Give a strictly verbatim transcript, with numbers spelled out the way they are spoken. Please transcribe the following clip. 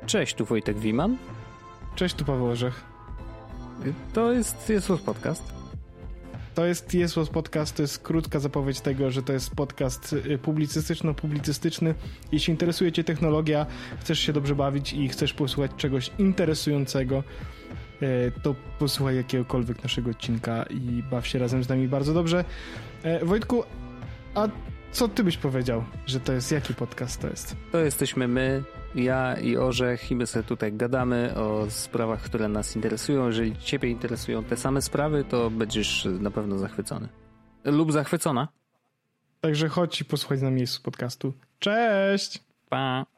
Cześć, tu Wojtek Wiman. Cześć, tu Paweł Orzech. To jest Jesus Podcast. To jest Jesus Podcast, to jest krótka zapowiedź tego, że to jest podcast publicystyczno-publicystyczny. Jeśli interesuje cię technologia, chcesz się dobrze bawić i chcesz posłuchać czegoś interesującego, to posłuchaj jakiegokolwiek naszego odcinka i baw się razem z nami bardzo dobrze. Wojtku, a co ty byś powiedział, że to jest, jaki podcast to jest? To jesteśmy my, ja i Orzech, i my sobie tutaj gadamy o sprawach, które nas interesują. Jeżeli ciebie interesują te same sprawy, to będziesz na pewno zachwycony. Lub zachwycona. Także chodź i posłuchaj z nami Jesus Podcastu. Cześć! Pa!